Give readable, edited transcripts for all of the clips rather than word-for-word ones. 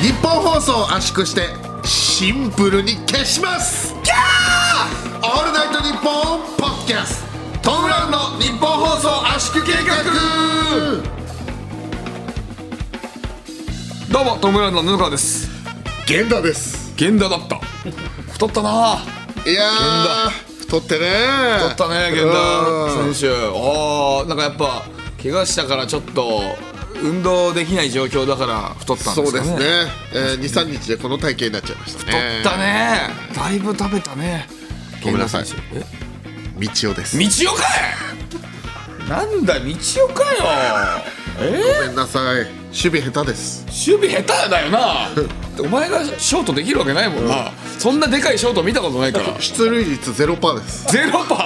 日本放送を圧縮してシンプルに消します。キャーオールナイトニッポンポッドキャストトム・ブラウンの日本放送圧縮計画。 どうもトム・ブラウンの布川です。 源田です。 源田だった。太ったな。 いやー太ってね。 太ったね源田選手。なんかやっぱ怪我したからちょっと運動できない状況だから太ったんですかね。 そうですね、2、3日でこの体型になっちゃいましたね。 太ったね。だいぶ食べたね。 ごめんなさい、道夫です。 道夫かい。なんだ道夫かよ。 ごめんなさい、守備下手です。 守備下手だよな。お前がショートできるわけないもんな、そんなでかいショート見たことないから。 出塁率 0% です。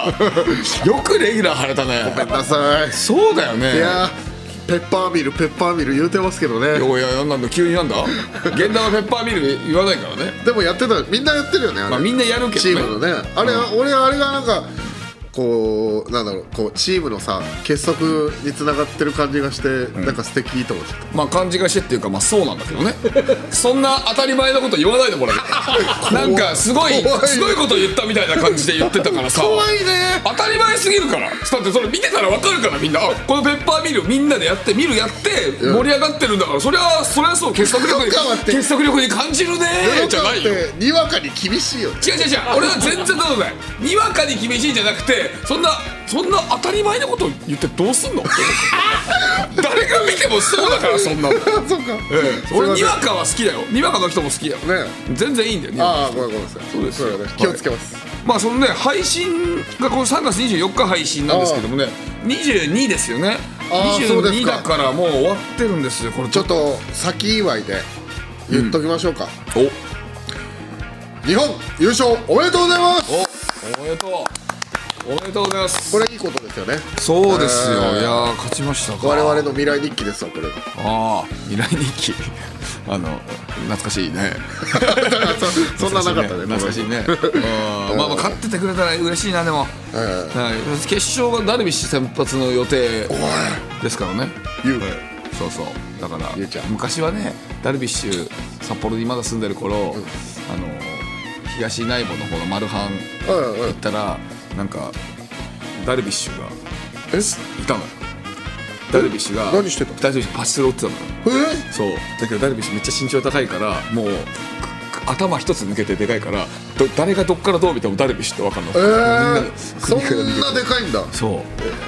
0%。 よくレギュラー張れたね。 ごめんなさい。 そうだよね。 いやペッパーミル言うてますけどね。 いやなんだ急になんだ。源田はペッパーミル言わないからね。 でもやってた、みんなやってるよね。 まあみんなやるけどね、 チームのね。あれ、俺あれがなんかこうなんだろう、こうチームのさ結束につながってる感じがして、なんか素敵と思っちゃった。 まあ感じがしてっていうか、まあそうなんだけどね。そんな当たり前のこと言わないでもらえる。なんかすごいこと言ったみたいな感じで言ってたからさ。 怖いね。 当たり前すぎるから。だってそれ見てたら分かるから、みんなこのペッパーミルみんなでやって盛り上がってるんだから、そりゃそう結束力に感じるねじゃないよ。 にわかに厳しいよ。 違う俺は全然どうぞない。にわかに厳しいんじゃなくて、そんな当たり前のことを言ってどうすんの。誰が見てもそうだから、そんなの。 そうか、 俺にわかは好きだよ。にわかの人も好きだよね。 全然いいんだよ。 ごめんなさい。 そうですよ、 気をつけます。 まあそのね、配信がこの3月24日配信なんですけどもね、22ですよね。22だからもう終わってるんですよ。これちょっと先祝いで言っときましょうか。日本優勝おめでとうございます。 おめでとうございます。 これいいことですよね。 そうですよ。いや勝ちましたか。 我々の未来日記ですわ、これが。 未来日記。懐かしいね。 そんななかったね。 懐かしいね。まあ勝っててくれたら嬉しいな。でも決勝がダルビッシュ先発の予定ですからね。そうだから昔はね、ダルビッシュ札幌にまだ住んでる頃、東内房の方のマルハン行ったら、なんかダルビッシュがいたのよ。ダルビッシュが何してた？ ダルビッシュパチスロ打ってたのよ。そうだけどダルビッシュめっちゃ身長高いから、もう頭一つ抜けてでかいから、誰がどっからどう見てもダルビッシュって分かんない。 そんなでかいんだ。 そう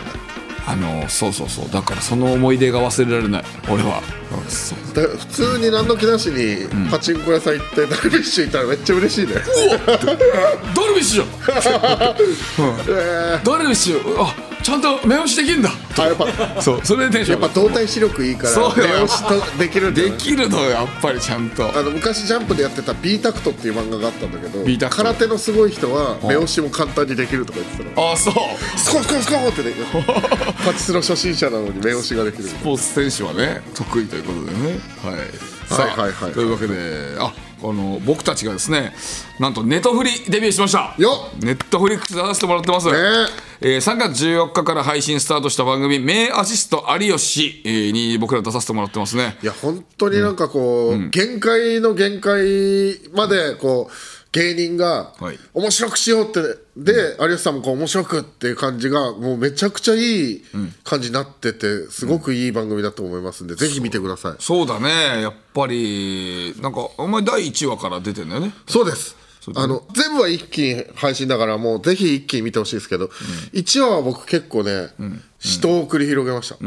だからその思い出が忘れられない俺は。 普通に何の気なしにパチンコ屋さん行ってダルビッシュいたらめっちゃ嬉しいね。 ダルビッシュじゃん。ダルビッシュちゃんと目押しできるんだ。やっぱそれでテンション。 やっぱ動体視力いいから目押しとできるんだよね。 できるのよやっぱりちゃんと。 昔ジャンプでやってた B タクトっていう漫画があったんだけど、空手のすごい人は目押しも簡単にできるとか言ってたの。 そうスコってできる。パチスロ初心者なのに目押しができる。 スポーツ選手はね得意ということでね。というわけで僕たちがですね、なんとネットフリデビューしました。ネットフリックス出させてもらってます。3月14日から配信スタートした番組名アシスト有吉に僕ら出させてもらってますね。 いや本当になんかこう、限界の限界までこう芸人が面白くしようってで、有吉さんもこう面白くっていう感じがもうめちゃくちゃいい感じになってて、すごくいい番組だと思いますんで、ぜひ見てください。 そうだね。やっぱりなんかお前第1話から出てんだよね。 そうです。全部は一気に配信だから、もうぜひ一気に見てほしいですけど、1話は僕結構ね、死闘を繰り広げました。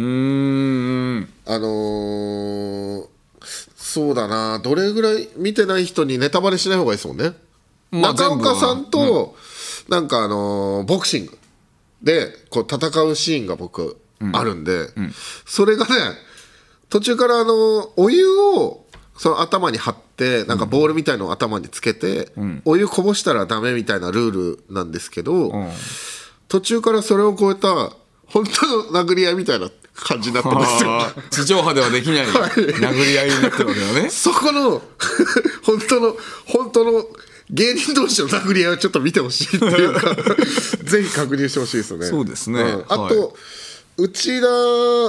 そうだな、どれぐらい見てない人にネタバレしない方がいいですもんね。中岡さんとなんかボクシングでこう戦うシーンが僕あるんで、それがね、途中からお湯をその頭に貼って、なんかボールみたいのを頭につけて、お湯こぼしたらダメみたいなルールなんですけど、途中からそれを超えた本当の殴り合いみたいな感じになってるんですよ。 地上波ではできない殴り合いになってるわけだね。 そこの本当の芸人同士の殴り合いをちょっと見てほしいっていうかぜひ確認してほしいですよね。 そうですね。 あと、内田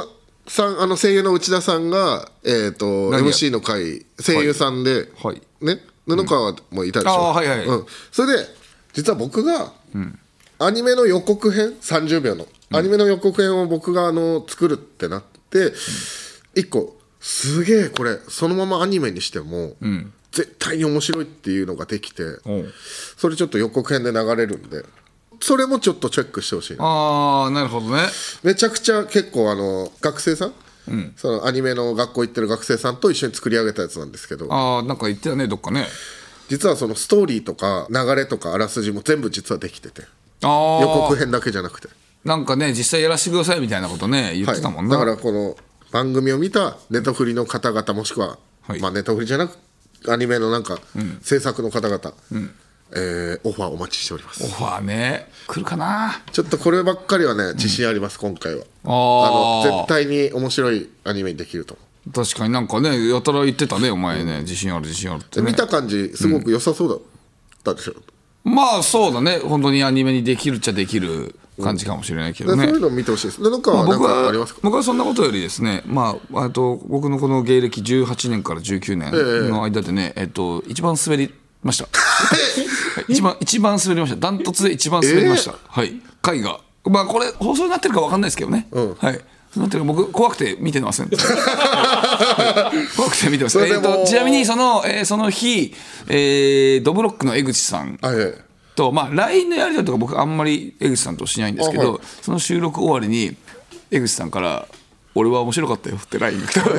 さん声優の内田さんがMC の回声優さんで、 はいね、布川もいたでしょ、 はいはい、 それで実は僕が、アニメの予告編30秒のアニメの予告編を僕が作るってなって、一個すげえこれそのままアニメにしても、絶対に面白いっていうのができて、それちょっと予告編で流れるんでそれもちょっとチェックしてほしいな。 ああなるほどね。 めちゃくちゃ結構学生さん、そのアニメの学校行ってる学生さんと一緒に作り上げたやつなんですけど、 なんか言ってたねどっかね。 実はそのストーリーとか流れとかあらすじも全部実はできてて、予告編だけじゃなくてなんかね実際やらせてくださいみたいなことね言ってたもんね、 だからこの番組を見たネトフリの方々もしくは、ネトフリじゃなくアニメのなんか、制作の方々、オファーお待ちしております。 オファーね来るかな。 ちょっとこればっかりはね自信あります、今回は。絶対に面白いアニメにできると思う。 確かになんかねやたら言ってたねお前ね、自信ある自信あるって、ね、 見た感じすごく良さそうだったでしょ、 まあそうだね本当にアニメにできるっちゃできる感じかもしれないけどね、 そういうの見てほしいです。なんかなんかありますか。 僕はそんなことよりですね、僕のこの芸歴18年から19年の間でね、一番滑りました一番滑りました。ダントツで一番滑りました、はい回がこれ放送になってるか分かんないですけどね、はいなんていうか僕怖くて見てません怖くて見てます。ちなみにその日、ドブロックの江口さんと、LINE のやり取りとか僕あんまり江口さんとしないんですけど、その収録終わりに江口さんから「俺は面白かったよ」って LINE が来た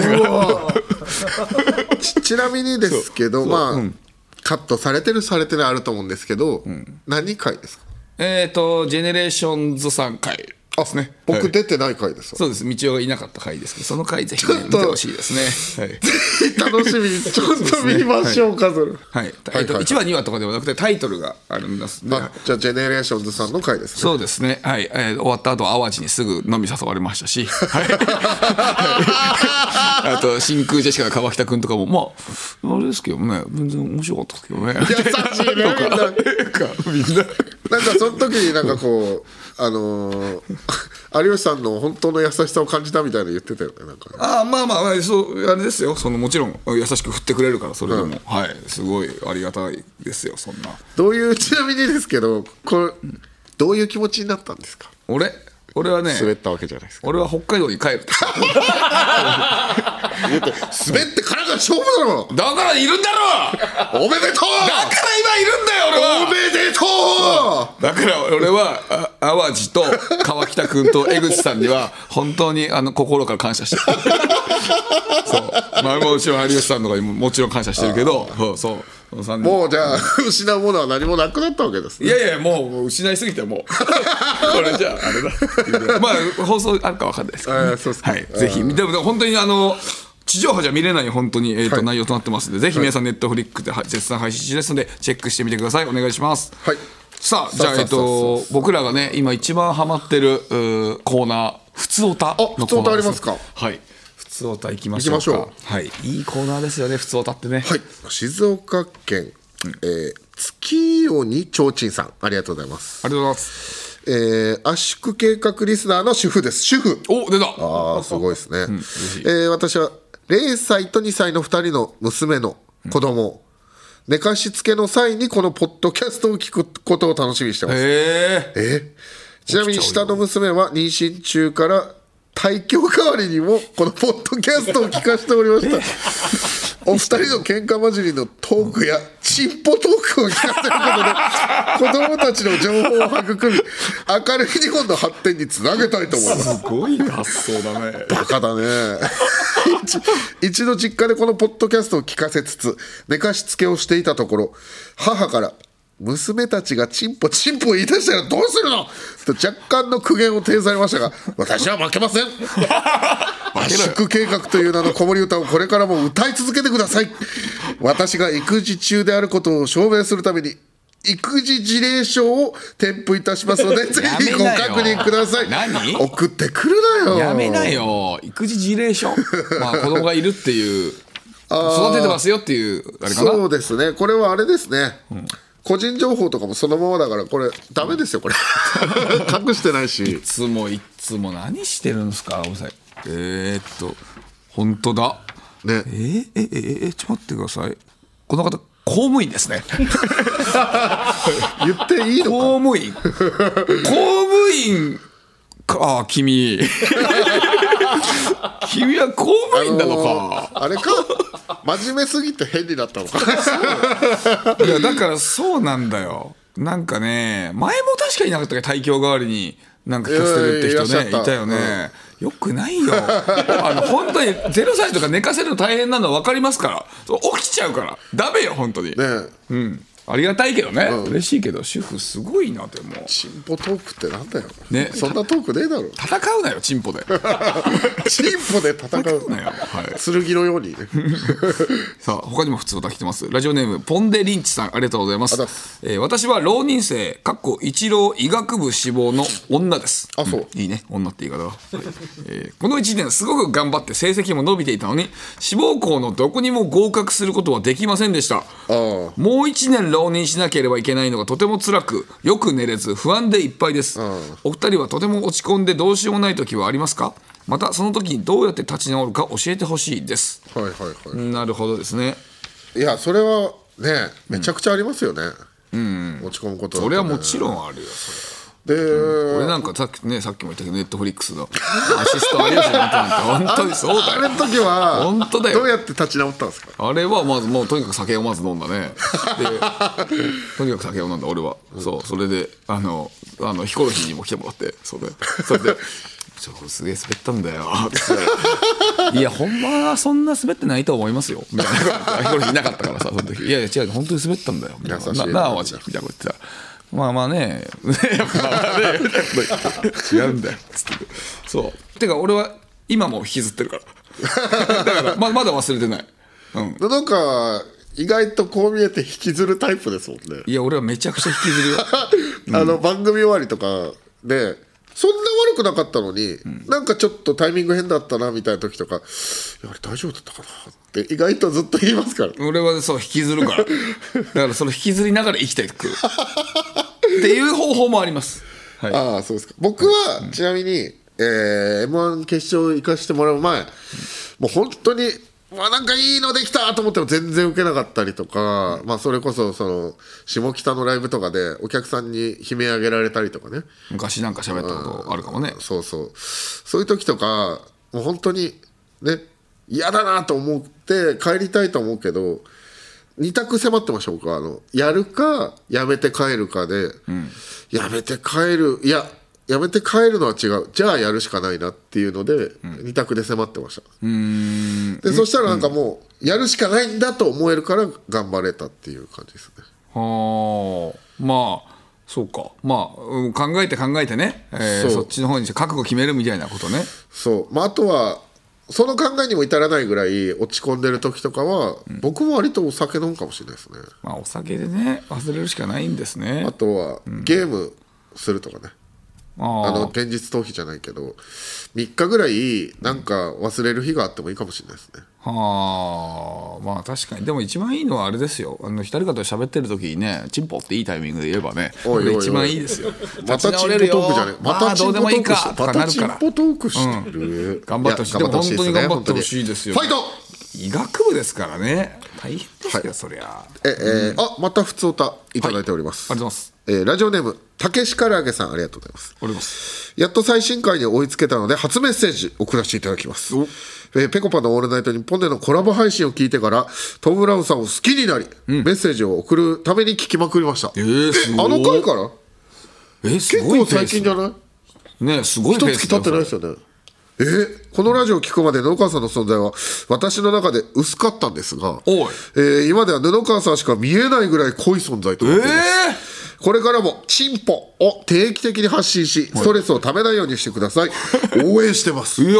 ちなみにですけどカットされてるされてないあると思うんですけど、何回ですか。 ジェネレーションズさん回ですね。 僕出てない回です。 そうです。道夫がいなかった回ですけど、その回ぜひ見てほしいですね。 楽しみにちょっと見ましょうかそれ。 はい。1話2話とかではなくてタイトルがありますね。 じゃあジェネレーションズさんの回ですね。 そうですね。はい。終わった後淡路にすぐ飲み誘われましたし、あと真空ジェシカの川北君とかもあれですけどね、全然面白かったですけどね。 優しいねみんな。なんかその時になんかこう有吉さんの本当の優しさを感じたみたいな言ってたよね。なんかそうあれですよ。もちろん優しく振ってくれるからそれでも、はいすごいありがたいですよ。そんなどういうちなみにですけどこれどういう気持ちになったんですか。 俺はね滑ったわけじゃないですか。 俺は北海道に帰る滑ってからが勝負だろ。 だからいるんだろ。 おめでとう。だから今いるんだよ俺は。 おめでとう。 だから俺は淡路と川北君と江口さんには本当に心から感謝してるそうもちろん有吉さんとかにももちろん感謝してるけどそうもうじゃあ失うものは何もなくなったわけですね。 いやもう失いすぎてもうこれじゃああれだ放送あるか分かんないですけど、ねそうですか、 はい、ぜひでも本当に地上波じゃ見れない本当に、内容となってますので、ぜひ皆さんネットフリックで絶賛配信中ですのでチェックしてみてください。お願いします。 はい。 さあじゃあ僕らがね今一番ハマってるコーナーふつおたのコーナーです。 ふつおたありますか。 はい。ふつおた行きましょうか。はい。いいコーナーですよねふつおたってね。 はい。静岡県、月夜にちょうちんさんありがとうございます。 ありがとうございます。 圧縮計画リスナーの主婦です。主婦。 お出た。 すごいですね。私は0歳と2歳の2人の娘の子供、寝かしつけの際にこのポッドキャストを聞くことを楽しみにしてます。ちなみに下の娘は妊娠中から体調代わりにもこのポッドキャストを聞かせておりましたお二人の喧嘩交じりのトークやチンポトークを聞かせることで子供たちの情報を育み明るい日本の発展につなげたいと思います。 すごい発想だね。 バカだね一度実家でこのポッドキャストを聞かせつつ寝かしつけをしていたところ母から娘たちがチンポを言い出したらどうするのと若干の苦言を呈されましたが私は負けません圧縮計画という名の子守歌をこれからも歌い続けてください。私が育児中であることを証明するために育児事例書を添付いたしますのでぜひご確認ください。 何送ってくるなよ。 やめなよ。育児事例書子供がいるっていう育ててますよっていうあれかな。 そうですね。これはあれですね、個人情報とかもそのままだからこれダメですよこれ隠してないし。 いつも何してるんですか。 本当だね。 ちょっと待ってください。この方公務員ですね。 言っていいのか。 公務員か君。君は公務員なのか。 あれか。真面目すぎて変になったのか。 いやだからそうなんだよ。なんかね、前も確かになかったっけ、対響代わりになんか聞かせてるって人ね、いたよね。よくないよ。本当に0歳とか寝かせるの大変なのは分かりますから。起きちゃうからダメよ本当に。 ね。 ありがたいけどね、嬉しいけど、主婦すごいな。でもチンポトークってなんだよ、 ね、 そんなトークねえだろ。 戦うなよチンポで。 チンポで戦うなよ、 剣のようにね。 さあ他にも普通歌来てます。ラジオネームポンデリンチさん、ありがとうございます。私は浪人生一浪医学部志望の女です。 あ、そう、 いいね女って言い方は。この1年すごく頑張って成績も伸びていたのに、志望校のどこにも合格することはできませんでした。もう1年浪人しなければいけないのがとても辛く、よく寝れず不安でいっぱいです。お二人はとても落ち込んでどうしようもない時はありますか？またその時にどうやって立ち直るか教えてほしいです。なるほどですね。 いやそれはねめちゃくちゃありますよね、落ち込むことだとね。 それはもちろんあるよ。それ俺なんかさっきも言ったけど、ネットフリックスのアシスト有吉の本当にそうだよ。 あれの時は本当だよ。 どうやって立ち直ったんですか？ あれはまずもうとにかく酒をまず飲んだね。でとにかく酒を飲んだ俺は、それでヒコロヒーにも来てもらって、それですげえ滑ったんだよいやほんまはそんな滑ってないと思いますよみたいな。ヒコロヒーいなかったからさ、その時。いやいや違う、本当に滑ったんだよみたいな。なあマジみたいなこと言ってた。まあね違うんだよつって。そうてか俺は今も引きずってるからだからまだ忘れてない。 なんか意外とこう見えて引きずるタイプですもんね。 いや俺はめちゃくちゃ引きずるよ。 番組終わりとかでそんな悪くなかったのに、なんかちょっとタイミング変だったなみたいな時とか、あれ大丈夫だったかなって意外とずっと言いますから。 俺はそう引きずるからだからその引きずりながら生きてくるっていう方法もあります。 ああそうですか。僕はちなみに、M1 決勝行かしてもらう前、もう本当になんかいいのできたと思っても全然受けなかったりとか、それこそ下北のライブとかでお客さんに悲鳴上げられたりとかね。 昔なんか喋ったことあるかもね。 そういう時とかもう本当にね嫌だなと思って帰りたいと思うけど、2択迫ってました僕は。やるかやめて帰るかで、やめて帰るのは違う、じゃあやるしかないなっていうので、2択で迫ってました。でそしたらなんかもうやるしかないんだと思えるから頑張れたっていう感じですね。 まあそうか、考えてね、そっちの方に覚悟決めるみたいなことね。 あとはその考えにも至らないぐらい落ち込んでる時とかは、僕も割とお酒飲むかもしれないですね。 お酒でね忘れるしかないんですね。 あとはゲームするとかね、現実逃避じゃないけど3日ぐらいなんか忘れる日があってもいいかもしれないですね。 確かに。でも一番いいのはあれですよ、光方と喋ってる時にね、チンポっていいタイミングで言えばね、一番いいですよ。 またチンポトークじゃねえ、またチンポトークしてる、またチンポトークしてる。 頑張ってほしい。でも本当に頑張ってほしいですよ。 ファイト。 医学部ですからね、大変ですよ、そりゃ。 また普通歌いただいております。 ありがとうございます。 ラジオネームたけしからあげさん、ありがとうございます。やっと最新回に追いつけたので初メッセージ送らせていただきます。ぺこぱのオールナイトニッポンでのコラボ配信を聞いてからトム・ブラウンさんを好きになり、メッセージを送るために聞きまくりました。あの回から結構最近じゃないね。すごいペース。1月経ってないですよね。このラジオを聞くまで布川さんの存在は私の中で薄かったんですが、今では布川さんしか見えないぐらい濃い存在となっています。これからもチンポを定期的に発信し、ストレスをためないようにしてください。応援してます。やった。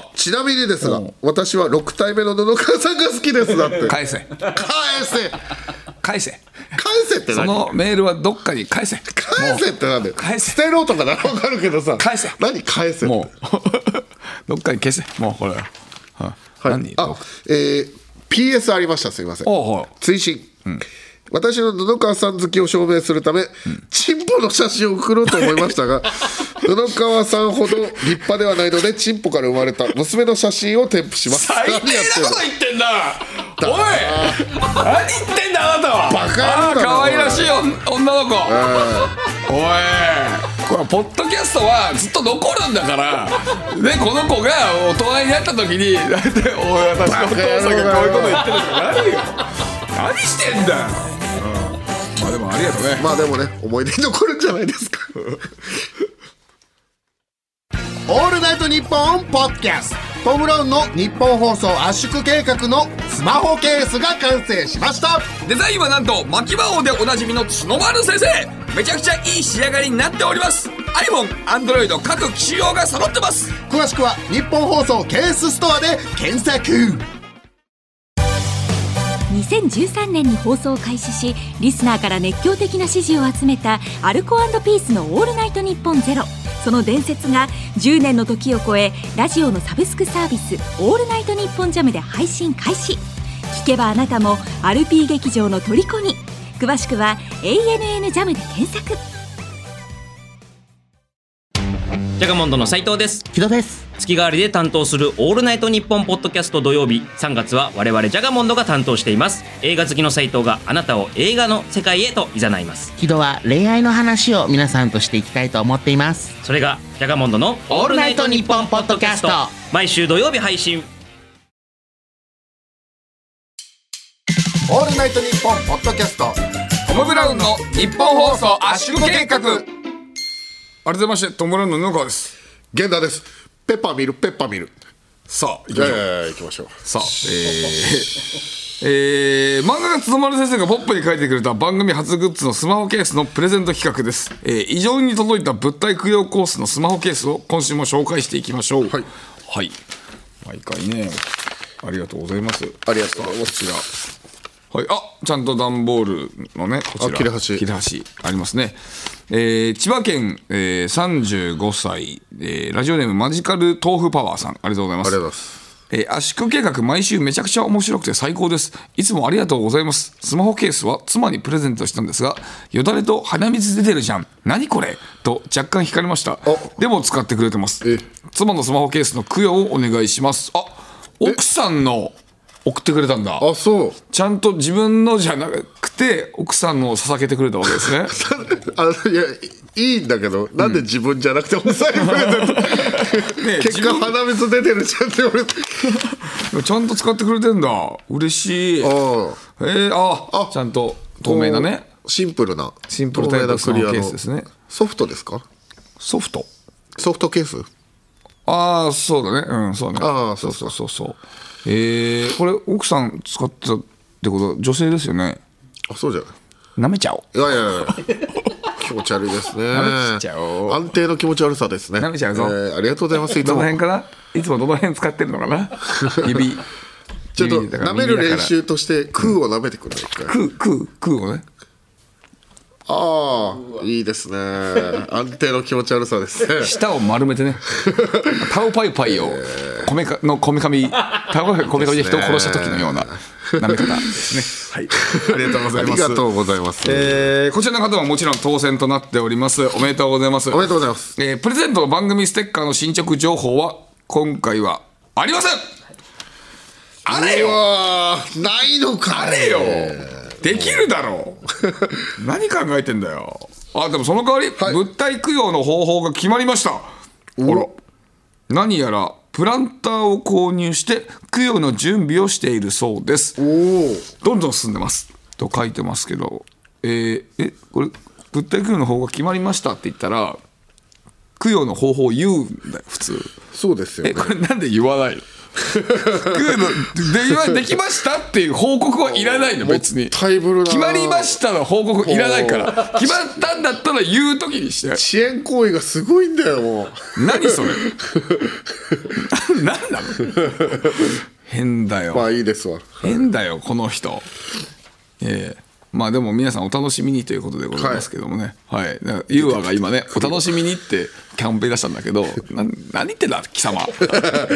ちなみにですが、私は6体目の布川さんが好きです。だって返せって何？そのメールはどっかに返せってなんだよ。捨てろとかなら分かるけどさ、返せ。何返せって。もうどっかに消せ。もうこれ何PS ありました。すいません。追伸、私の布川さん好きを証明するため、チンポの写真を送ろうと思いましたが布川さんほど立派ではないのでチンポから生まれた娘の写真を添付します。 最低なこと言ってんだ。おい、何言ってんだあなたは。 バカ野郎だな。 可愛らしい女の子。おい、これポッドキャストはずっと残るんだからで、この子が大人になった時にだって「おい、私のお父さんがこういうこと言ってる」とか何よ、何してんだよ。まあでもありがとうね。 まあでもね、思い出に残るんじゃないですか。オールナイトニッポンポッドキャスト、トム・ブラウンの日本放送圧縮計画のスマホケースが完成しました。 デザインはなんと牧場王でおなじみの角丸先生。めちゃくちゃいい仕上がりになっております。 iPhone、Android 各機種用が揃ってます。 詳しくは日本放送ケースストアで検索。 2013年に放送を開始し、リスナーから熱狂的な支持を集めたアルコ&ピースのオールナイトニッポンゼロ。その伝説が10年の時を超え、ラジオのサブスクサービスオールナイトニッポンジャムで配信開始。聞けばあなたもアルピー劇場の虜に。詳しくは ANN ジャムで検索。 ジャガモンドの斉藤です。 木戸です。 月替わりで担当するオールナイトニッポンポッドキャスト土曜日、3月は我々ジャガモンドが担当しています。映画好きの斉藤があなたを映画の世界へと誘います。 木戸は恋愛の話を皆さんとしていきたいと思っています。 それがジャガモンドのオールナイトニッポンポッドキャスト、 毎週土曜日配信。 オールナイトニッポンポッドキャスト、 トム・ブラウンの日本放送圧縮計画。改めましてトム・ブラウンの布川です。 源田です。ペッパーミルペッパーミル。 さあ行きましょう。さあ、漫画家角丸先生がポップに書いてくれた番組初グッズのスマホケースのプレゼント企画です。異常に届いた物体供養コースのスマホケースを今週も紹介していきましょう。はい、はい、毎回ねありがとうございます。 ありがとうございます。 こちら、はい、ちゃんと段ボールのね、こちら切れ端ありますね。千葉県、35歳、ラジオネームマジカル豆腐パワーさん、ありがとうございます。 ありがとうございます。 圧縮計画毎週めちゃくちゃ面白くて最高です。いつもありがとうございます。スマホケースは妻にプレゼントしたんですが、よだれと鼻水出てるじゃん、何これと若干惹かれました。でも使ってくれてます。妻のスマホケースの供養をお願いします。奥さんの送ってくれたんだ。 そう。 ちゃんと自分のじゃなくて奥さんのを捧げてくれたわけですね。 いや、いいんだけど、なんで自分じゃなくて奥さんにプレゼント、結果鼻水出てるじゃんって言われて。 ちゃんと使ってくれてんだ。嬉しい。ちゃんと透明なね、 シンプルタイプクリアのケースですね。 ソフトですか？ソフトケース？ そうだね。そうね。そう。これ奥さん使ってたってことは女性ですよね。 そうじゃない。 舐めちゃおう。 いや気持ち悪いですね。 舐めちゃおう。 安定の気持ち悪さですね。 舐めちゃうぞ。 ありがとうございます。 どの辺かな。いつもどの辺使ってるのかな。指ちょっと舐める練習として空を舐めてくれる。 空をね。 いいですね。安定の気持ち悪さですね。 舌を丸めてね。タオパイパイをこめかみで人を殺した時のような舐め方ですね。はい。ありがとうございます。 ありがとうございます。 こちらの方はもちろん当選となっております。おめでとうございます。 おめでとうございます。 プレゼントの番組ステッカーの進捗情報は今回はありません。あれよ。 ないのか。 あれよ。できるだろう。何考えてんだよ。でもその代わり、物体供養の方法が決まりました。ほら、何やらプランターを購入して供養の準備をしているそうです。どんどん進んでますと書いてますけど、これ物体供養の方法が決まりましたって言ったら供養の方法を言うんだよ普通。 そうですよね。 これなんで言わないの？できましたっていう報告はいらないの。別に決まりましたの報告いらないから、決まったんだったら言う時にして。 遅延行為がすごいんだよ。もう何それ。何なの。変だよ。 いいですわ。 変だよこの人。 まあでも皆さんお楽しみにということでございますけどもね、はい、ユーアが今ねお楽しみにってキャンペーン出したんだけど何言ってんだ貴様はい、あり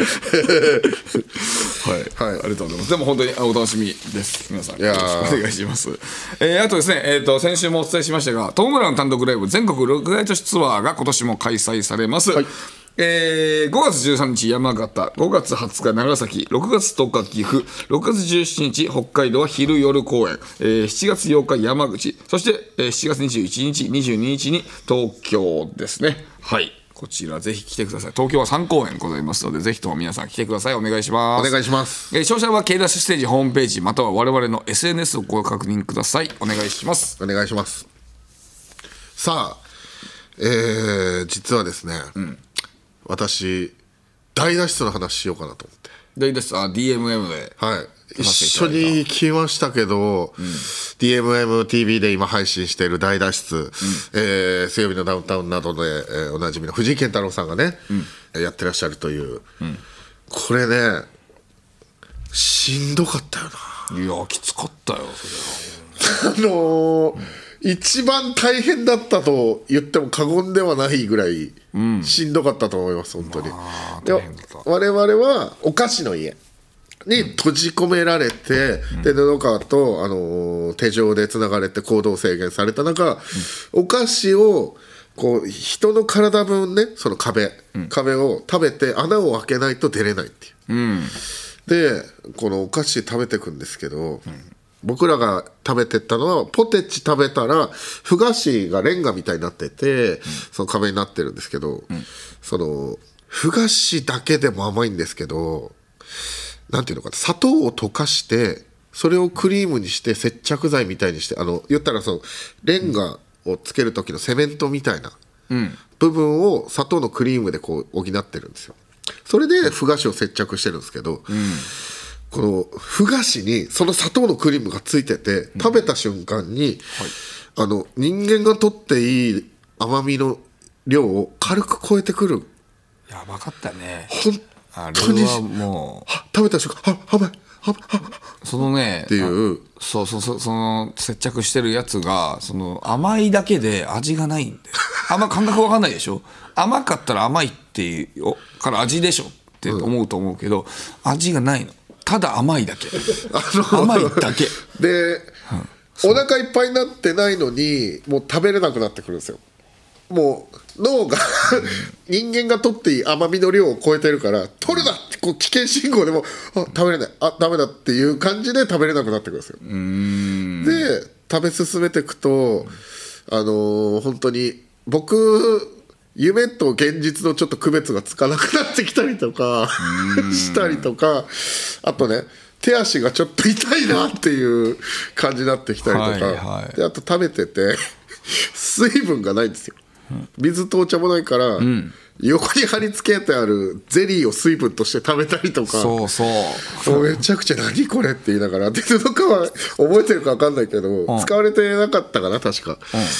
がとうございます。でも本当にお楽しみです皆さん、よろしくお願いします。あとですね、先週もお伝えしましたがトム・ブラウン単独ライブ全国6大都市ツアーが今年も開催されます。はい、5月13日山形、5月20日長崎、6月10日岐阜、6月17日北海道は昼夜公演、7月8日山口、そして、7月21日22日に東京ですね。はい、こちらぜひ来てください。東京は3公演ございますのでぜひとも皆さん来てください。お願いします。 お願いします。 詳細は K ダッシュステージホームページまたは我々の SNS をご確認ください。お願いします。 お願いします。さあ、実はですね、私大脱出の話しようかなと思って。 大脱出、DMM で、 はい、一緒に来ましたけど、DMMTV で今配信している大脱出、水曜日のダウンタウンなどで、おなじみの藤井健太郎さんがね、やってらっしゃるという、これねしんどかったよな。 いやきつかったよそれは。一番大変だったと言っても過言ではないぐらいしんどかったと思います、本当に。で我々はお菓子の家に閉じ込められて、で布川と、手錠でつながれて行動制限された中、お菓子をこう人の体分ね、その壁を食べて穴を開けないと出れないっていう、でこのお菓子食べていくんですけど、僕らが食べてったのはポテチ食べたらふ菓子がレンガみたいになってて、その壁になってるんですけど、そのふ菓子だけでも甘いんですけど、なんていうのかな、砂糖を溶かしてそれをクリームにして接着剤みたいにして、言ったらそのレンガをつける時のセメントみたいな部分を砂糖のクリームでこう補ってるんですよ。それでふ菓子を接着してるんですけど、このふ菓子にその砂糖のクリームがついてて、食べた瞬間に、人間が取っていい甘みの量を軽く超えてくる。 やばかったね。 本当にもう食べた瞬間甘いそのねっていう、 その接着してるやつがその甘いだけで味がないんで感覚わかんないでしょ。甘かったら甘いっていうから味でしょって思うと思うけど、味がないの。ただ甘いだけ甘いだけで、お腹いっぱいになってないのにもう食べれなくなってくるんですよ。もう脳が人間が取っていい甘みの量を超えてるから、取るなってこう危険信号でも食べれない、ダメだっていう感じで食べれなくなってくるんですよ。で食べ進めていくと、本当に僕夢と現実のちょっと区別がつかなくなってきたりとかしたりとか、あとね手足がちょっと痛いなっていう感じになってきたりとか、であと食べてて水分がないんですよ。水とお茶もないから、横に貼り付けてあるゼリーを水分として食べたりとか、そうめちゃくちゃ何これって言いながら、で布川覚えてるか分かんないけど、使われてなかったかな確か、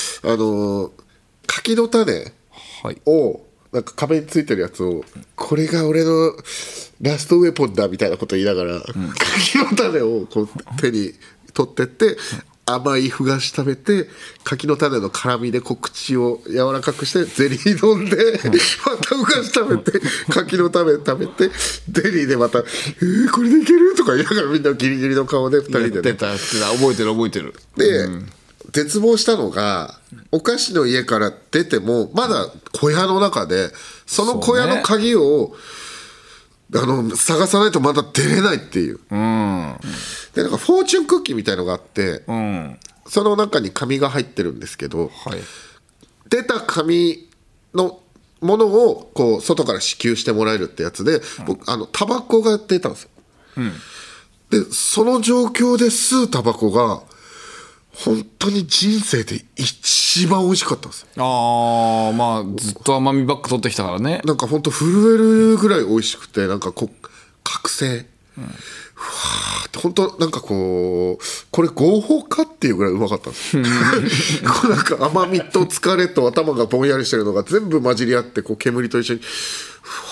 柿の種をなんか壁についてるやつを、これが俺のラストウェポンだみたいなこと言いながら、柿の種をこう手に取ってって、甘いふ菓子食べて、柿の種の辛みでこう口を柔らかくしてゼリー飲んで、またふ菓子食べて柿の種食べてゼリーでまたこれでいけるとか言いながら、みんなギリギリの顔で2人で、ね、 やってた覚えてるで、絶望したのが、お菓子の家から出てもまだ小屋の中で、その小屋の鍵を、探さないとまだ出れないっていう、でなんかフォーチュンクッキーみたいのがあって、その中に紙が入ってるんですけど、出た紙のものをこう外から支給してもらえるってやつで、僕タバコが出たんですよ、でその状況で吸うタバコが本当に人生で一番美味しかったんですよ。 まあずっと甘みばっか取ってきたからね。 なんか本当震えるぐらい美味しくて、なんかこう覚醒、ふわーって本当なんかこれ合法かっていうぐらいうまかったんですよこうなんか甘みと疲れと頭がぼんやりしてるのが全部混じり合って、こう煙と一緒に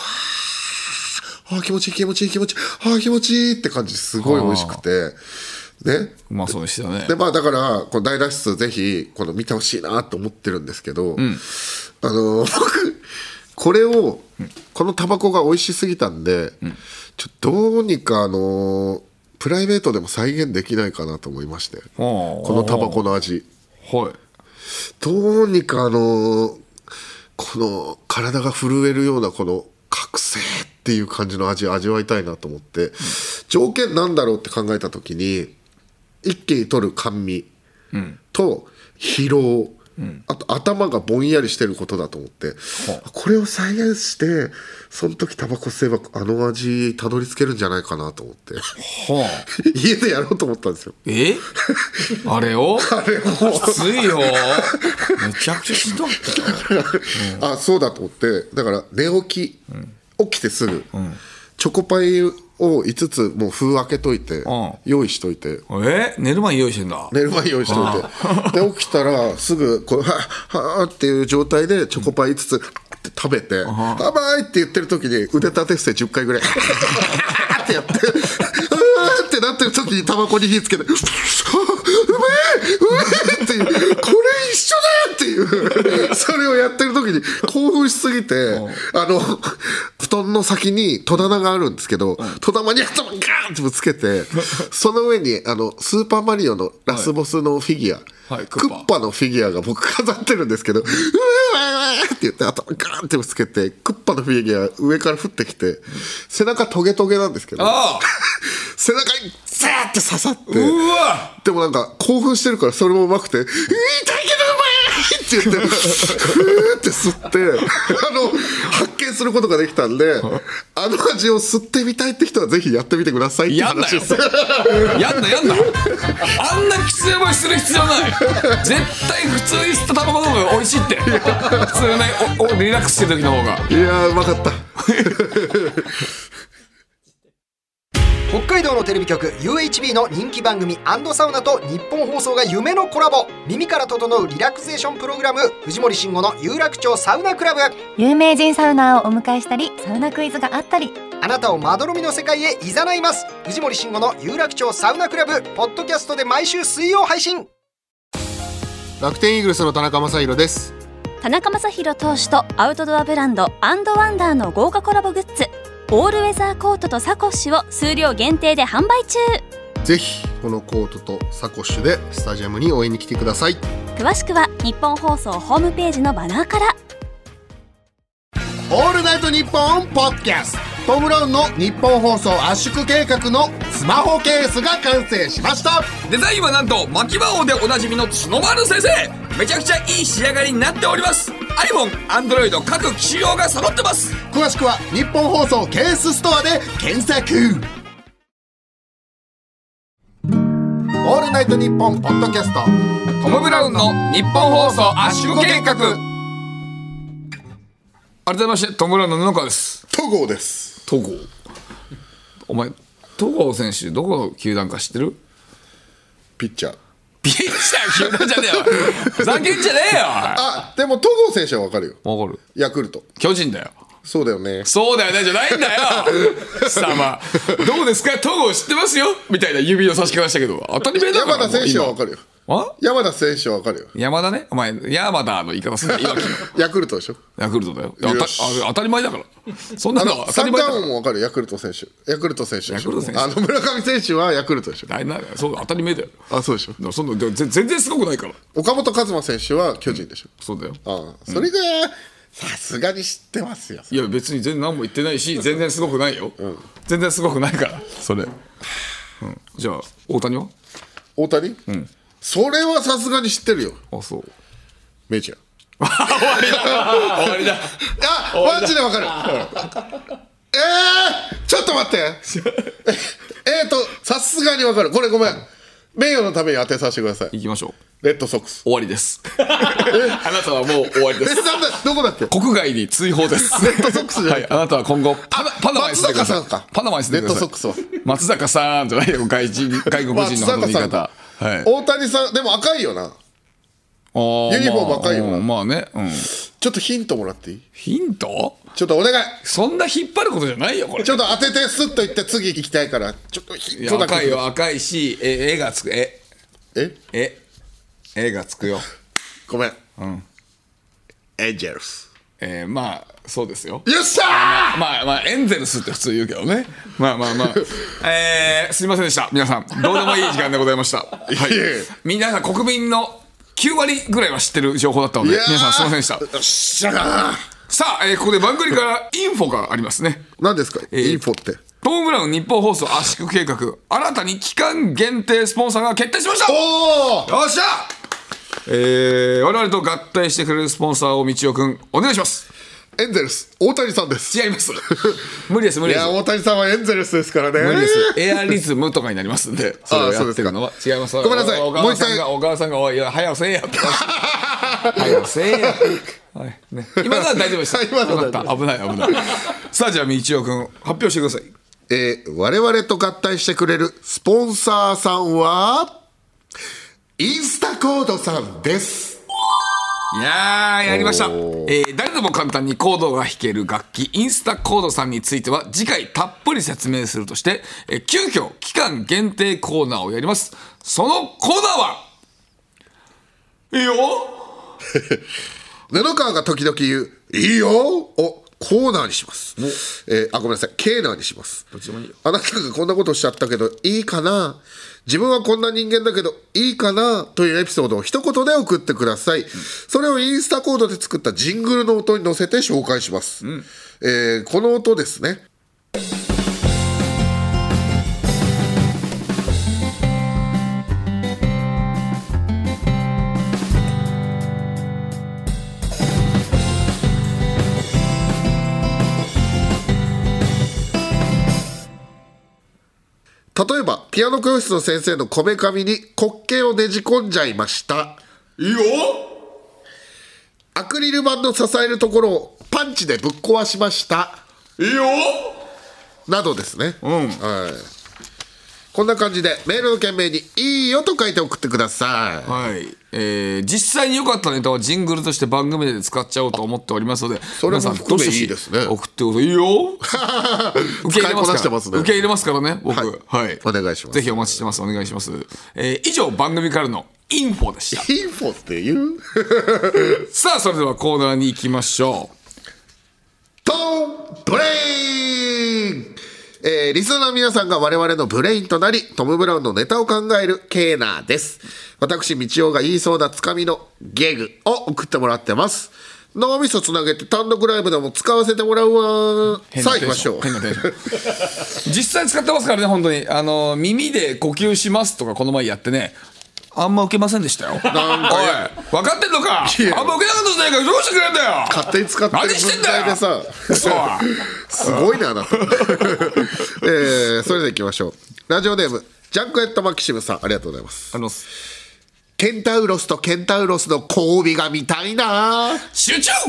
ふわー、気持ちいい気持ちいい気持ちいい、気持ちいいって感じですごい美味しくて、 ね、 まあそうでしたね。 でまあだからこの大脱出ぜひこの見てほしいなと思ってるんですけど、僕これを、このタバコが美味しすぎたんで、ちょっとどうにかプライベートでも再現できないかなと思いまして、このタバコの味、 はい、 どうにかこの体が震えるようなこの覚醒っていう感じの味わいたいなと思って、条件なんだろうって考えた時に一気に取る甘味と疲労、あと頭がぼんやりしてることだと思って、これを再現してその時タバコ吸えばあの味たどり着けるんじゃないかなと思って、家でやろうと思ったんですよ。 あれをきついよ、めちゃくちゃしんどかったよ。 あ、そうだと思って、だから寝起きてすぐ、チョコパイを5つもう封開けといて、用意しといて、 寝る前に用意してんだ。 寝る前に用意しといてで起きたらすぐこうはっていう状態でチョコパイ5つって食べて、甘いって言ってる時に腕立て伏せ10回ぐらいってやってってなってる時にタバコに火つけてうめえっていう、これ一緒だよっていうそれをやってる時に興奮しすぎて、布団の先に戸棚があるんですけど、戸棚に頭ガーンってぶつけて、その上にスーパーマリオのラスボスのフィギュア、クッパのフィギュアが僕飾ってるんですけど、うわーって言って頭ガーンってぶつけて、クッパのフィギュア上から降ってきて、背中トゲトゲなんですけど、背中にザーって刺さって、でもなんか興奮してるからそれもうまくて、痛いけどうまいって言ってふーって吸って発見することができたんで、あの味を吸ってみたいって人はぜひやってみてくださいって話です。 やんなあんなきつい思いする必要ない。絶対普通に吸ったタバコの方が美味しいって。普通ね、リラックスしてる時の方が。 いやーうまかった北海道のテレビ局 UHB の人気番組&サウナと日本放送が夢のコラボ。耳から整うリラクゼーションプログラム、藤森慎吾の有楽町サウナクラブ。 有名人サウナーをお迎えしたり、サウナクイズがあったり、 あなたをまどろみの世界へ誘います。藤森慎吾の有楽町サウナクラブ、ポッドキャストで毎週水曜配信。 楽天イーグルスの田中将大です。 田中将大投手とアウトドアブランド&ワンダーの豪華コラボグッズ、オールウェザーコートとサコッシュを数量限定で販売中。 ぜひこのコートとサコッシュでスタジアムに応援に来てください。 詳しくは日本放送ホームページのバナーから。 オールナイトニッポンポッドキャスト、トム・ブラウンの日本放送圧縮計画のスマホケースが完成しました。 デザインはなんと牧場王でおなじみの角丸先生。めちゃくちゃいい仕上がりになっております。 iPhone、Android 各機種用が揃ってます。 詳しくは日本放送ケースストアで検索。オールナイトニッポンポッドキャスト、 トム・ブラウンの日本放送圧縮計画。改めましてトム・ブラウンの布川です。 戸郷です。 戸郷、お前戸郷選手どこの球団か知ってる？ ピッチャー。 ピッチャー球団じゃねえよふざけんじゃねえよ。 あ、でも戸郷選手は分かるよ。 分かる。 ヤクルト。 巨人だよ。 そうだよね。 そうだよねじゃないんだよ貴様どうですか戸郷知ってますよみたいな指の差し方したけど当たり前だから。 山田選手は分かるよ。山田選手は分かるよ。 山田ね、お前山田の言い方すんだ。岩木のヤクルトでしょ。 ヤクルトだよ。当たり前だから。そんなの当たり前だから。 三冠王も分かる。ヤクルト選手。ヤクルト選手でしょ。 ヤクルト選手。 村上選手はヤクルトでしょ。 そう当たり前だよ。 あ、そうでしょ。 そんな全然すごくないから。 岡本和真選手は巨人でしょ。 そうだよ。 それがさすがに知ってますよ。 いや別に全然何も言ってないし全然すごくないよ。全然すごくないからそれ。じゃあ大谷は？ 大谷？それはさすがに知ってるよ。 あ、そう。 メジャー。 終わりだ。 あ、マジでわかる。ちょっと待って。さすがにわかる。これごめん。名誉のために当てさせてください。 行きましょう。 レッドソックス。 終わりです。あなたはもう終わりです。 なんだ、どこだっけ？ 国外に追放です。 レッドソックスじゃない。 はい、あなたは今後パナマに住んでください。パナマに住んでください。 レッドソックスは松坂さんじゃないよ。外国人の言い方。 大谷さんでも赤いよな。ユニフォーム赤いよな。 まあね。 ちょっとヒントもらっていい？ ヒント？ ちょっとお願い。 そんな引っ張ることじゃないよこれ。 ちょっと当ててスッと言って次行きたいから、ちょっとヒントだけ。 赤いよ、赤いし、絵がつく。絵がつくよ。 ごめん。エンジェルス。 まあそうですよ。 よっしゃー。 まあエンゼルスって普通言うけどね。まあすいませんでした。皆さんどうでもいい時間でございました。はい。皆さん国民の9割ぐらいは知ってる情報だったので、皆さんすいませんでした。 よっしゃー。 さあ、ここで番組からインフォがありますね。 何ですか、インフォって。 トム・ブラウン日本放送圧縮計画、新たに期間限定スポンサーが決定しました。 おー、 よっしゃ。我々と合体してくれるスポンサーを道夫くんお願いします。 エンゼルス大谷さんです。 違います無理です。いや大谷さんはエンゼルスですからね。 無理です。エアリズムとかになりますんで、それをやってるのは違います。 ごめんなさい。もう一回小川さんがおいや早くせえやって早くせえや、はいね、今のは大丈夫です。 今のはよかった。危ないさあじゃあ道夫くん発表してください。 我々と合体してくれるスポンサーさんはインスタコードさんです。 いやーやりました。誰でも簡単にコードが弾ける楽器インスタコードさんについては次回たっぷり説明するとして、急遽期間限定コーナーをやります。そのコーナーはいいよ布川が時々言ういいよをコーナーにします。ごめんなさい、ケーナーにします。あなたがこんなことしちゃったけどいいかな、自分はこんな人間だけどいいかなというエピソードを一言で送ってください。それをインスタコードで作ったジングルの音に乗せて紹介します。この音ですね。例えばピアノ教室の先生のこめかみに滑稽をねじ込んじゃいました。 いいよ。 アクリル板の支えるところをパンチでぶっ壊しました。 いいよ。 などですね。はい。こんな感じでメールの件名にいいよと書いて送ってください。 はい。実際に良かったネタはジングルとして番組で使っちゃおうと思っておりますので、 それも含めいいですね。 送ってください。いいよ。受け入れますから。受け入れますからね。僕。はい。 お願いします。 ぜひお待ちしてます。お願いします。以上番組からのインフォでした。 インフォって言う？ さあそれではコーナーに行きましょう。 トーンブレイン。リスナーの皆さんが我々のブレインとなりトム・ブラウンのネタを考えるケーナーです。私道夫が言いそうなつかみのゲグを送ってもらってます。脳みそつなげて単独ライブでも使わせてもらうわ。さあ行きましょう。 実際使ってますからね。本当に耳で呼吸しますとかこの前やってね、あんま受けませんでしたよ。なんかおい分かってんのか。あんま受けなかったじゃないか。どうしてくれんだよ。 勝手に使ってる分際でさすごいねあなた。それでいきましょう。ラジオネームジャンクエットマキシムさん、ありがとうございます。ケンタウロスとケンタウロスの交尾が見たいな。 集中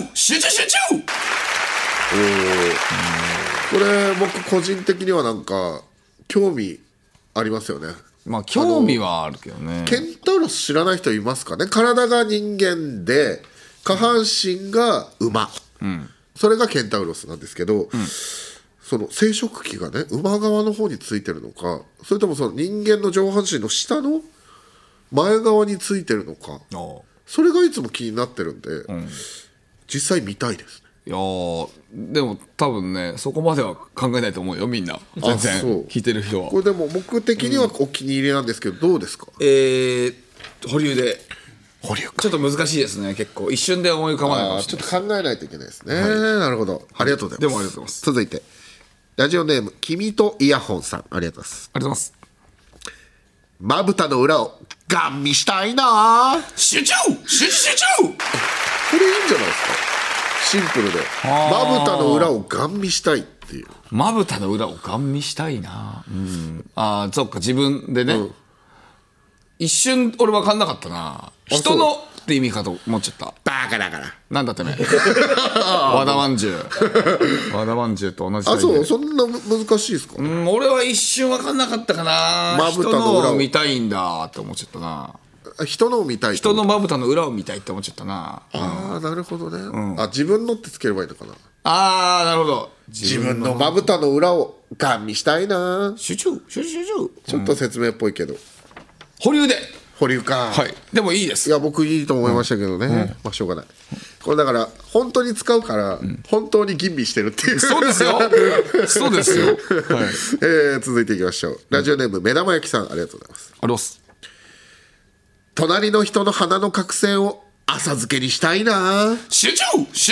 これ僕個人的にはなんか興味ありますよね。 まあ興味はあるけどね。 ケンタウロス知らない人いますかね。体が人間で下半身が馬、それがケンタウロスなんですけど、その生殖器がね馬側の方についてるのか、それともその人間の上半身の下の前側についてるのか、それがいつも気になってるんで、実際見たいですね。 いやでも多分ねそこまでは考えないと思うよみんな。全然聞いてる人は。 これでも僕的にはお気に入りなんですけど、どうですか。 保留で。ちょっと難しいですね。結構一瞬で思い浮かばないかもしれない。 ちょっと考えないといけないですね。なるほど、ありがとうございます。 でもありがとうございます。 続いてラジオネーム君とイヤホンさん、ありがとうございます。 ありがとうございます。 まぶたの裏をガン見したいな。 集中これいいんじゃないですか。シンプルでまぶたの裏をガン見したいっていう。 まぶたの裏をガン見したいな。そっか自分でね、一瞬俺分かんなかったな。人のって意味かと思っちゃった。 バカだから。 なんだってめ和田まんじゅう和田まんじゅうと同じ。 そうそんな難しいですか。 俺は一瞬分かんなかったかな。まぶたの裏を見たいんだって思っちゃったな。 人のを見たい。 人のまぶたの裏を見たいって思っちゃったな。 ああなるほどね、自分のってつければいいのかな。 ああなるほど。 自分のまぶたの裏をガン見したいな。 集中ちょっと説明っぽいけど、 保留で。 保留か。 はい。でもいいです。 いや僕いいと思いましたけどね、まあしょうがない。これだから本当に使うから本当に吟味してるっていう、 そうですよそうですよ、はい。 続いていきましょう。ラジオネーム目玉焼きさん、ありがとうございます。 あります。 隣の人の鼻の角栓を浅漬けにしたいな。 集中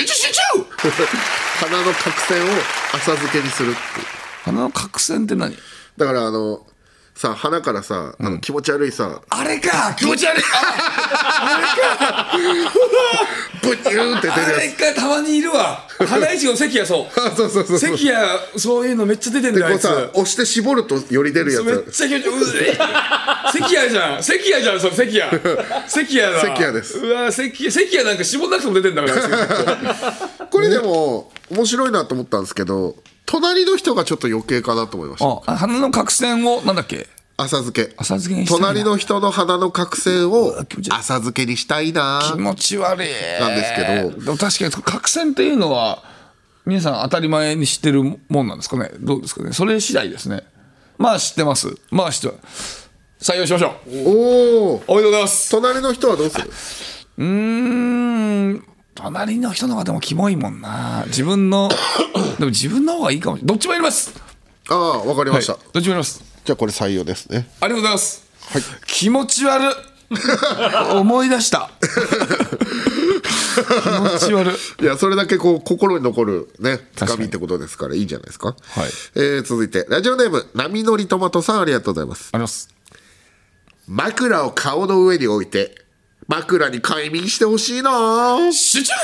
鼻の角栓を浅漬けにするっていう。 鼻の角栓って何？ だからさ鼻からさ気持ち悪いさ、 あれか気持ち悪いあれかブニューって出るやつ。 あれかたまにいるわ。鼻一の関谷そうそう関谷そういうのめっちゃ出てんだよ。あいつ押して絞るとより出るやつ。 めっちゃ気持ち悪い。関谷じゃんそれ関谷だ。 関谷です。 うわ関谷なんか絞んなくても出てんだからこれでも面白いなと思ったんですけど、隣の人がちょっと余計かなと思いました。 鼻の角栓をなんだっけ、 浅漬け。 浅漬けにしたいな。 隣の人の鼻の角栓を浅漬けにしたいな。 気持ち悪いなんですけど、 でも確かに角栓っていうのは皆さん当たり前に知ってるもんなんですかね。どうですかね。それ次第ですね。まあ知ってます。まあ知ってます。採用しましょう。おめでとうございます。 隣の人はどうする？ 隣の人の方がでもキモいもんな。でも自分の方がいいかもしれない。どっちもやります。 ああわかりました、 はい、どっちもやります。 じゃあこれ採用ですね。 ありがとうございます、 はい、 気持ち悪い思い出した気持ち悪い。 いやそれだけこう心に残るねつかみってことですからいいんじゃないですか。はい、続いてラジオネーム波乗りトマトさん、ありがとうございます。 あります。 枕を顔の上に置いて枕に快眠してほしいな。 集中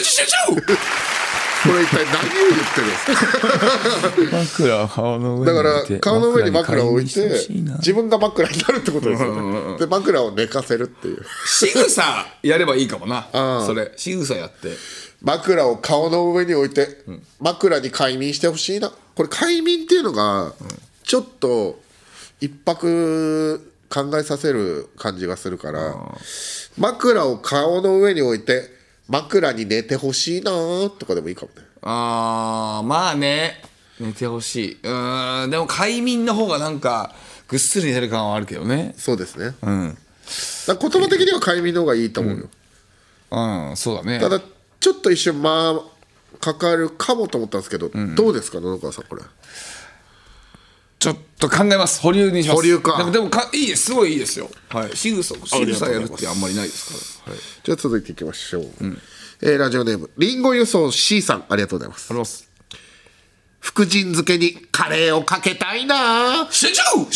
これ一体何を言ってるんですか。 枕を顔の上にだから顔の上に枕を置いて自分が枕になるってことですよね。で枕を寝かせるっていう仕草やればいいかもな。それ仕草やって枕を顔の上に置いて枕に快眠してほしいな。これ快眠っていうのがちょっと一泊考えさせる感じがするから、枕を顔の上に置いて枕に寝てほしいなとかでもいいかもね。 まあね、寝てほしい。でも快眠の方がなんかぐっすり寝てる感はあるけどね。 そうですね、だから言葉的には快眠の方がいいと思うよ。 そうだね。 ただちょっと一瞬かかるかもと思ったんですけど、どうですか野々川さんこれ。 ちょっと考えます。保留にします。 保留か。 でもいいです。すごいいいですよ。はい。仕草やるってあんまりないですから。はい、 じゃあ続いていきましょう。ラジオネームリンゴ輸送 C さん、ありがとうございます。 あります。 福神漬けにカレーをかけたいな。 集中これいい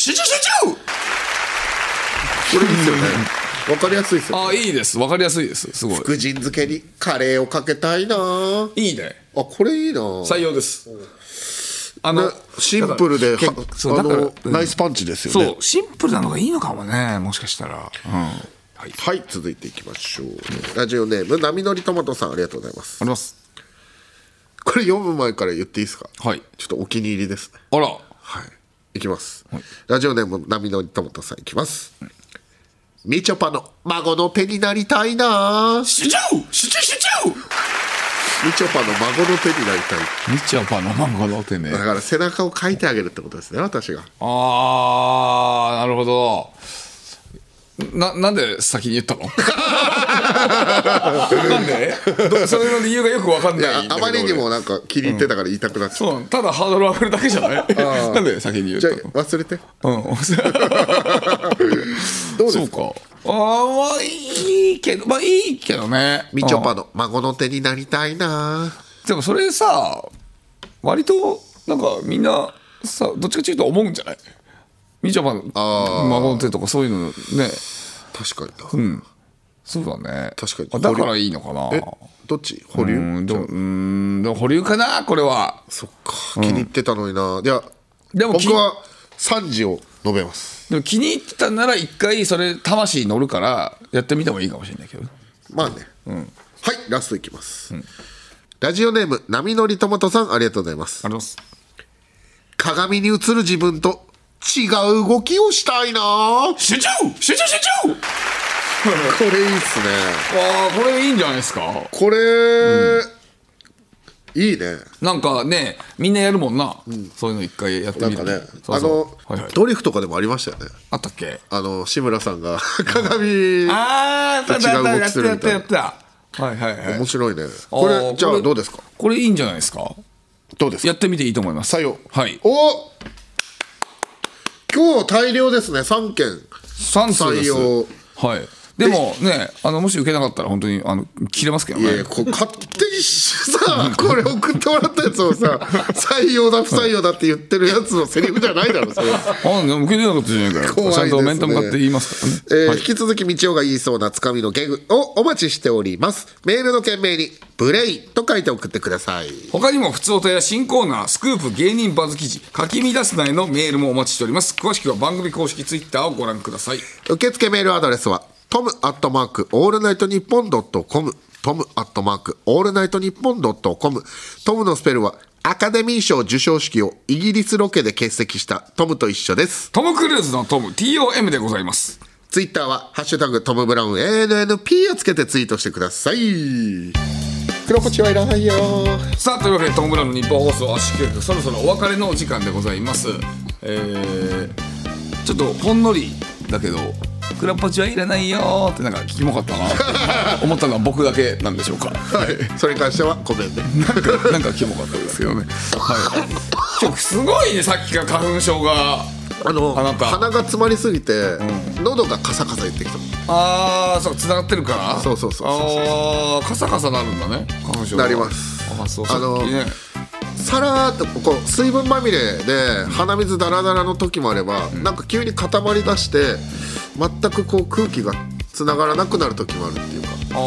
ですよね。わかりやすいですよ、ね。 いいです。わかりやすいです。すごい。 福神漬けにカレーをかけたいな。 いいね。 これいいな。 採用です。 シンプルでナイスパンチですよね。 そうシンプルなのがいいのかもね、もしかしたら。 はい、続いていきましょう。ラジオネーム波乗りトマトさん、ありがとうございます。 あります。 これ読む前から言っていいですか。 はい。 ちょっとお気に入りですね。 あら。 はい。いきます。ラジオネーム波乗りトマトさん、いきます。みちょぱの孫の手になりたいな。 集中みちょぱの孫の手になりたい。 みちょぱの孫の手ね。 だから背中をかいてあげるってことですね、私が。 なるほど。なんで先に言ったのなんでそれの理由がよく分かんないんだけど。 あまりにもなんか気に入ってたから言いたくなっちゃった、 そうただハードル上がるだけじゃないなんで先に言ったの。 じゃあ忘れて。 どうですか。いいけどいいけどね。 みちょぱの孫の手になりたいな。 でもそれさ割となんかみんなさどっちかというと思うんじゃない。みちょぱの孫の手とかそういうのね。 確かにな。 そうだね。 確かに。 だからいいのかな。 どっち保留。 でも保留かなこれは。 そっか気に入ってたのにな。でも僕は3時を述べます。 でも気に入ってたなら一回それ魂乗るからやってみてもいいかもしれないけど。 まあね。はいラストいきます。ラジオネーム波乗りトマトさん、ありがとうございます。 ありがとうございます。 鏡に映る自分と違う動きをしたいな。 集中これいいっすね。 これいいんじゃないですか。 これ、いいね。 なんかね、みんなやるもんな、そういうの一回やってみる。 なんかね、 はいはい、 ドリフとかでもありましたよね。 あったっけ。 志村さんが鏡と違う動きするみたいな。 はいはいはい。 面白いね。これじゃあどうですか。 これいいんじゃないですか。 どうですか。 やってみていいと思います。 採用。 はい。 今日大量ですね。3件採用。 はい。でもね、もし受けなかったら本当に切れますけどね。 いや勝手にさこれ送ってもらったやつをさ採用だ不採用だって言ってるやつのセリフじゃないだろそれ。 でも受けてなかったじゃないかよ。ちゃんと面と向かって言いますからね。 引き続き道夫が言いそうなつかみのギャグをお待ちしております。メールの件名にブレイと書いて送ってください。 他にも普通歌や新コーナー、スクープ、芸人バズ記事、書き乱すなへのメールもお待ちしております。詳しくは番組公式ツイッターをご覧ください。 受付メールアドレスはtom@allnightnippon.com tom@allnightnippon.com トムのスペルはアカデミー賞授賞式をイギリスロケで欠席したトムと一緒です。 トム・クルーズのトム TOM でございます。 ツイッターはハッシュタグトムブラウン ANNP をつけてツイートしてください。黒ポチはいらないよ。 さあというわけでトムブラウンの日本放送圧縮計画そろそろお別れのお時間でございます。ちょっとほんのりだけどクラポチはいらないよってなんかキモかったなって思ったのは僕だけなんでしょうか。はい、 それに関してはごめんね。 なんかキモかったですけどね。はい。今日すごいね、さっきから花粉症が鼻が詰まりすぎて、喉がカサカサ言ってきた。 そう繋がってるから。 そうカサカサなるんだね、花粉症なります。 そうさっきね。 さらーっとこう水分まみれで鼻水ダラダラの時もあれば、なんか急に固まりだして全くこう空気がつながらなくなる時もあるっていうか、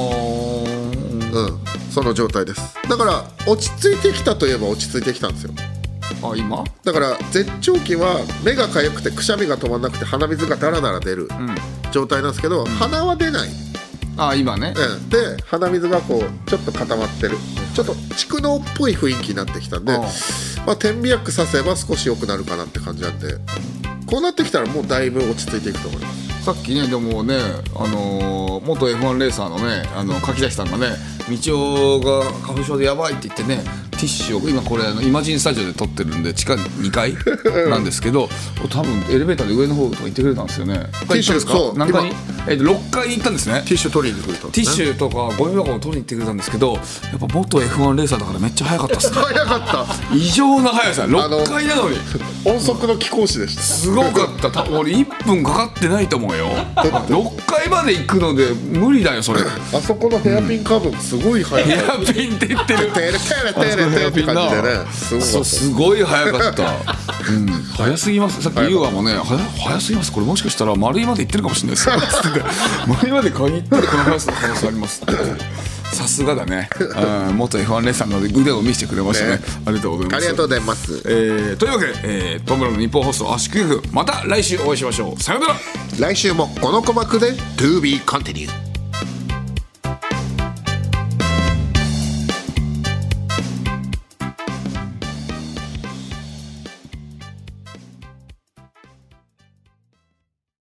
その状態です。だから落ち着いてきたといえば落ち着いてきたんですよ。 今だから絶頂期は目が痒くてくしゃみが止まらなくて鼻水がダラダラ出る状態なんですけど、鼻は出ない。 今ね、 で鼻水がこうちょっと固まってる、ちょっと蓄膿っぽい雰囲気になってきたんで、点鼻薬させば少し良くなるかなって感じなんで、こうなってきたらもうだいぶ落ち着いていくと思います。 さっきね、でもね、元 F1 レーサーのね、柿崎さんがね、道夫が花粉症でやばいって言ってね、ティッシュを今これイマジンスタジオで撮ってるんで地下2階なんですけど多分エレベーターで上の方とか行ってくれたんですよね。 ティッシュそう何階に6階に行ったんですね。 ティッシュ取りに行ってくれた、 ティッシュとかゴミ箱を取りに行ってくれたんですけど、やっぱ元 F1 レーサーだからめっちゃ早かったっすね。 早かった。 異常な速さ。6階なのに音速の貴公子でした。 すごかった。俺1分かかってないと思うよ。6階まで行くので無理だよそれ。 あそこのヘアピンカーブもすごい速い。 ヘアピンって言ってる。 テレテレテレって感じでね、 すごい速かった。速すぎます。さっきユーアもね、速すぎます。これもしかしたら丸井まで行ってるかもしれないですよ。丸井まで買いに行ってるこの速さの可能性ありますって。さすがだね。元 F1 レーサーの腕を見せてくれましたね。ありがとうございます。 ありがとうございます。 というわけで、トムブラウンの日本放送圧縮計画、また来週お会いしましょう。さよなら。 来週もこの鼓膜で To be continued。